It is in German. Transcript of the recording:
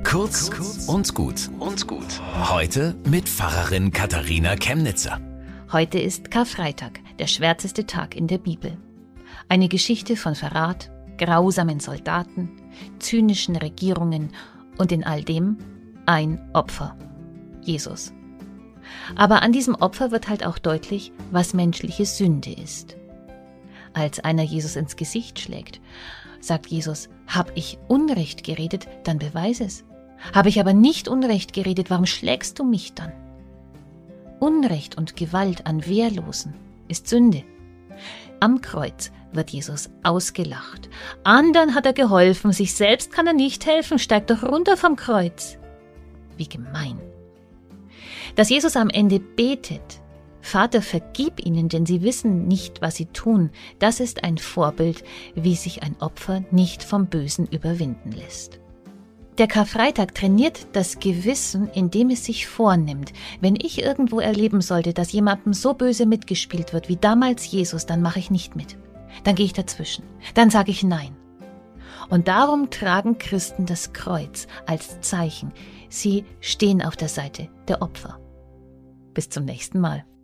Kurz und gut. Heute mit Pfarrerin Katharina Chemnitzer. Heute ist Karfreitag, der schwärzeste Tag in der Bibel. Eine Geschichte von Verrat, grausamen Soldaten, zynischen Regierungen und in all dem ein Opfer: Jesus. Aber an diesem Opfer wird halt auch deutlich, was menschliche Sünde ist. Als einer Jesus ins Gesicht schlägt, sagt Jesus: Hab ich Unrecht geredet, dann beweise es. Habe ich aber nicht Unrecht geredet, warum schlägst du mich dann? Unrecht und Gewalt an Wehrlosen ist Sünde. Am Kreuz wird Jesus ausgelacht. Anderen hat er geholfen, sich selbst kann er nicht helfen, steigt doch runter vom Kreuz. Wie gemein. Dass Jesus am Ende betet: Vater, vergib ihnen, denn sie wissen nicht, was sie tun, das ist ein Vorbild, wie sich ein Opfer nicht vom Bösen überwinden lässt. Der Karfreitag trainiert das Gewissen, indem es sich vornimmt: Wenn ich irgendwo erleben sollte, dass jemandem so böse mitgespielt wird wie damals Jesus, dann mache ich nicht mit. Dann gehe ich dazwischen. Dann sage ich Nein. Und darum tragen Christen das Kreuz als Zeichen. Sie stehen auf der Seite der Opfer. Bis zum nächsten Mal.